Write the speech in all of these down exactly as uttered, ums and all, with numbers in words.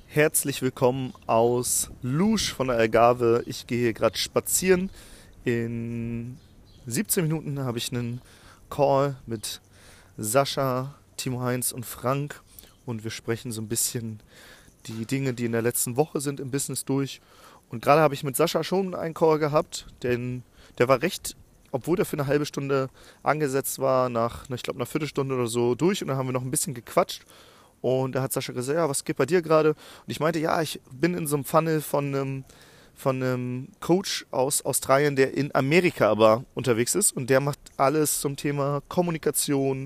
Herzlich willkommen aus Lusch von der Algarve. Ich gehe hier gerade spazieren. In siebzehn Minuten habe ich einen Call mit Sascha, Timo Heinz und Frank und wir sprechen so ein bisschen die Dinge, die in der letzten Woche sind im Business durch. Und gerade habe ich mit Sascha schon einen Call gehabt, denn der war recht, obwohl der für eine halbe Stunde angesetzt war, nach, ich glaube, einer Viertelstunde oder so durch und dann haben wir noch ein bisschen gequatscht. Und da hat Sascha gesagt, ja, was geht bei dir gerade? Und ich meinte, ja, ich bin in so einem Funnel von einem, von einem Coach aus Australien, der in Amerika aber unterwegs ist. Und der macht alles zum Thema Kommunikation.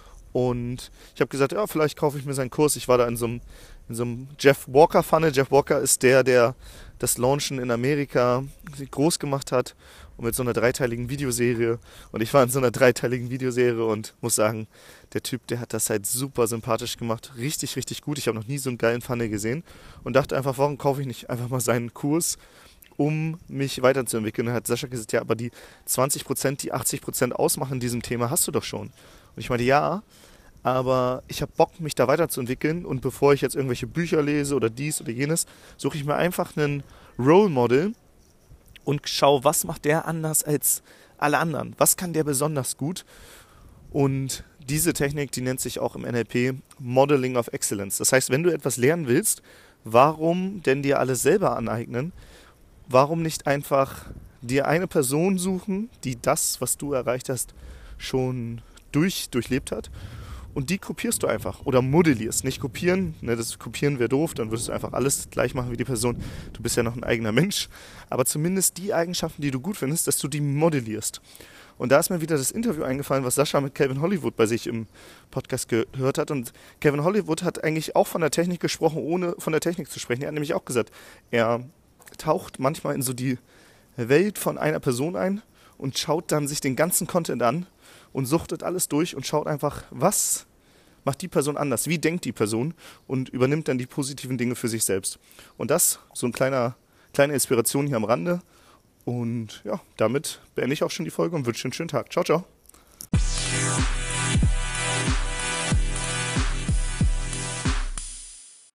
Und ich habe gesagt, ja, vielleicht kaufe ich mir seinen Kurs. Ich war da in so einem, in so einem Jeff Walker Funnel. Jeff Walker ist der, der das Launchen in Amerika groß gemacht hat. Und mit so einer dreiteiligen Videoserie. Und ich war in so einer dreiteiligen Videoserie und muss sagen, der Typ, der hat das halt super sympathisch gemacht. Richtig, richtig gut. Ich habe noch nie so einen geilen Funnel gesehen. Und dachte einfach, warum kaufe ich nicht einfach mal seinen Kurs, um mich weiterzuentwickeln. Und dann hat Sascha gesagt, ja, aber die zwanzig Prozent, die achtzig Prozent ausmachen in diesem Thema, hast du doch schon. Und ich meinte, ja, aber ich habe Bock, mich da weiterzuentwickeln. Und bevor ich jetzt irgendwelche Bücher lese oder dies oder jenes, suche ich mir einfach einen Role Model, und schau, was macht der anders als alle anderen? Was kann der besonders gut? Und diese Technik, die nennt sich auch im N L P Modeling of Excellence. Das heißt, wenn du etwas lernen willst, warum denn dir alles selber aneignen? Warum nicht einfach dir eine Person suchen, die das, was du erreicht hast, schon durch, durchlebt hat? Und die kopierst du einfach oder modellierst. Nicht kopieren, ne, das Kopieren wäre doof, dann würdest du einfach alles gleich machen wie die Person. Du bist ja noch ein eigener Mensch. Aber zumindest die Eigenschaften, die du gut findest, dass du die modellierst. Und da ist mir wieder das Interview eingefallen, was Sascha mit Calvin Hollywood bei sich im Podcast gehört hat. Und Calvin Hollywood hat eigentlich auch von der Technik gesprochen, ohne von der Technik zu sprechen. Er hat nämlich auch gesagt, er taucht manchmal in so die Welt von einer Person ein und schaut dann sich den ganzen Content an und suchtet alles durch und schaut einfach, was macht die Person anders, wie denkt die Person und übernimmt dann die positiven Dinge für sich selbst. Und das, so ein kleiner, kleine Inspiration hier am Rande. Und ja, damit beende ich auch schon die Folge und wünsche einen schönen Tag. Ciao, ciao.